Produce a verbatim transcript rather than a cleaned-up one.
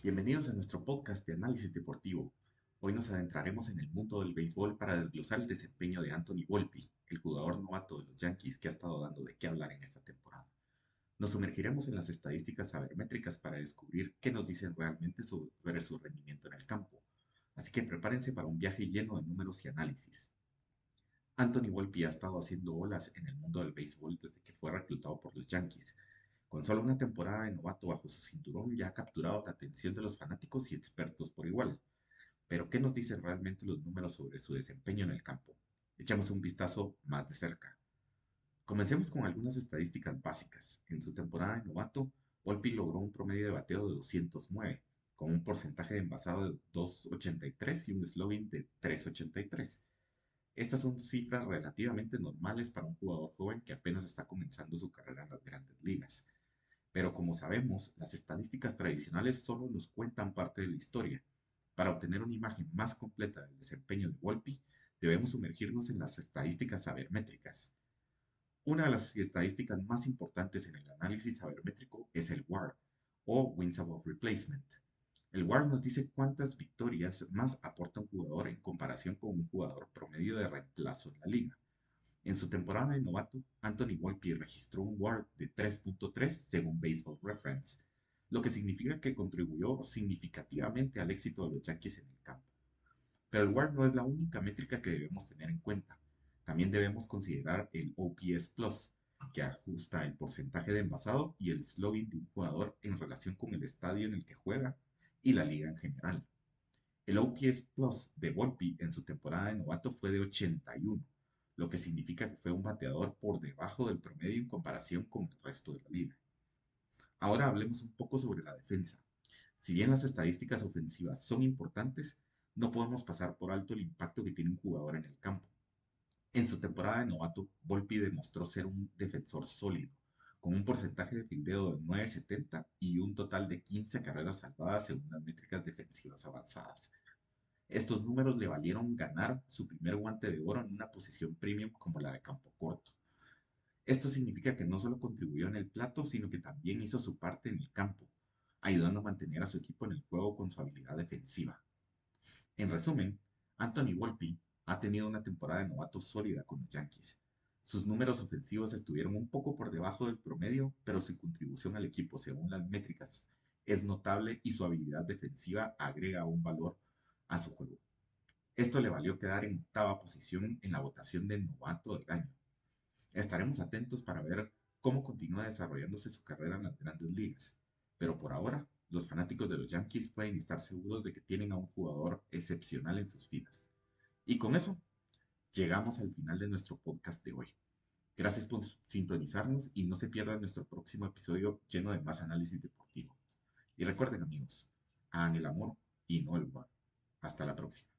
Bienvenidos a nuestro podcast de análisis deportivo. Hoy nos adentraremos en el mundo del béisbol para desglosar el desempeño de Anthony Volpe, el jugador novato de los Yankees que ha estado dando de qué hablar en esta temporada. Nos sumergiremos en las estadísticas sabermétricas para descubrir qué nos dicen realmente sobre su rendimiento en el campo. Así que prepárense para un viaje lleno de números y análisis. Anthony Volpe ha estado haciendo olas en el mundo del béisbol desde que fue reclutado por los Yankees. Con solo una temporada de novato bajo su cinturón ya ha capturado la atención de los fanáticos y expertos por igual. Pero, ¿qué nos dicen realmente los números sobre su desempeño en el campo? Echamos un vistazo más de cerca. Comencemos con algunas estadísticas básicas. En su temporada de novato, Volpi logró un promedio de bateo de doscientos nueve, con un porcentaje de envasado de dos punto ochenta y tres y un slugging de tres punto ochenta y tres. Estas son cifras relativamente normales para un jugador joven que apenas está comenzando su carrera en las grandes ligas. Pero como sabemos, las estadísticas tradicionales solo nos cuentan parte de la historia. Para obtener una imagen más completa del desempeño de Volpi, debemos sumergirnos en las estadísticas sabermétricas. Una de las estadísticas más importantes en el análisis sabermétrico es el W A R, o Wins Above Replacement. El W A R nos dice cuántas victorias más aporta un jugador en comparación con un jugador promedio de reemplazo en la liga. En su temporada de novato, Anthony Volpe registró un W A R de tres punto tres según Baseball Reference, lo que significa que contribuyó significativamente al éxito de los Yankees en el campo. Pero el W A R no es la única métrica que debemos tener en cuenta. También debemos considerar el O P S Plus, que ajusta el porcentaje de envasado y el slugging de un jugador en relación con el estadio en el que juega y la liga en general. El O P S Plus de Volpe en su temporada de novato fue de ochenta y uno, lo que significa que fue un bateador por debajo del promedio en comparación con el resto de la liga. Ahora hablemos un poco sobre la defensa. Si bien las estadísticas ofensivas son importantes, no podemos pasar por alto el impacto que tiene un jugador en el campo. En su temporada de novato, Volpi demostró ser un defensor sólido, con un porcentaje de fildeo de nueve punto setenta y un total de quince carreras salvadas según las métricas defensivas avanzadas. Estos números le valieron ganar su primer guante de oro en una posición premium como la de campo corto. Esto significa que no solo contribuyó en el plato, sino que también hizo su parte en el campo, ayudando a mantener a su equipo en el juego con su habilidad defensiva. En resumen, Anthony Volpe ha tenido una temporada de novato sólida con los Yankees. Sus números ofensivos estuvieron un poco por debajo del promedio, pero su contribución al equipo según las métricas es notable y su habilidad defensiva agrega un valor a su juego. Esto le valió quedar en octava posición en la votación de novato del año. Estaremos atentos para ver cómo continúa desarrollándose su carrera en las grandes ligas, pero por ahora, los fanáticos de los Yankees pueden estar seguros de que tienen a un jugador excepcional en sus filas. Y con eso, llegamos al final de nuestro podcast de hoy. Gracias por sintonizarnos y no se pierdan nuestro próximo episodio lleno de más análisis deportivo. Y recuerden amigos, hagan el amor y no el war. Hasta la próxima.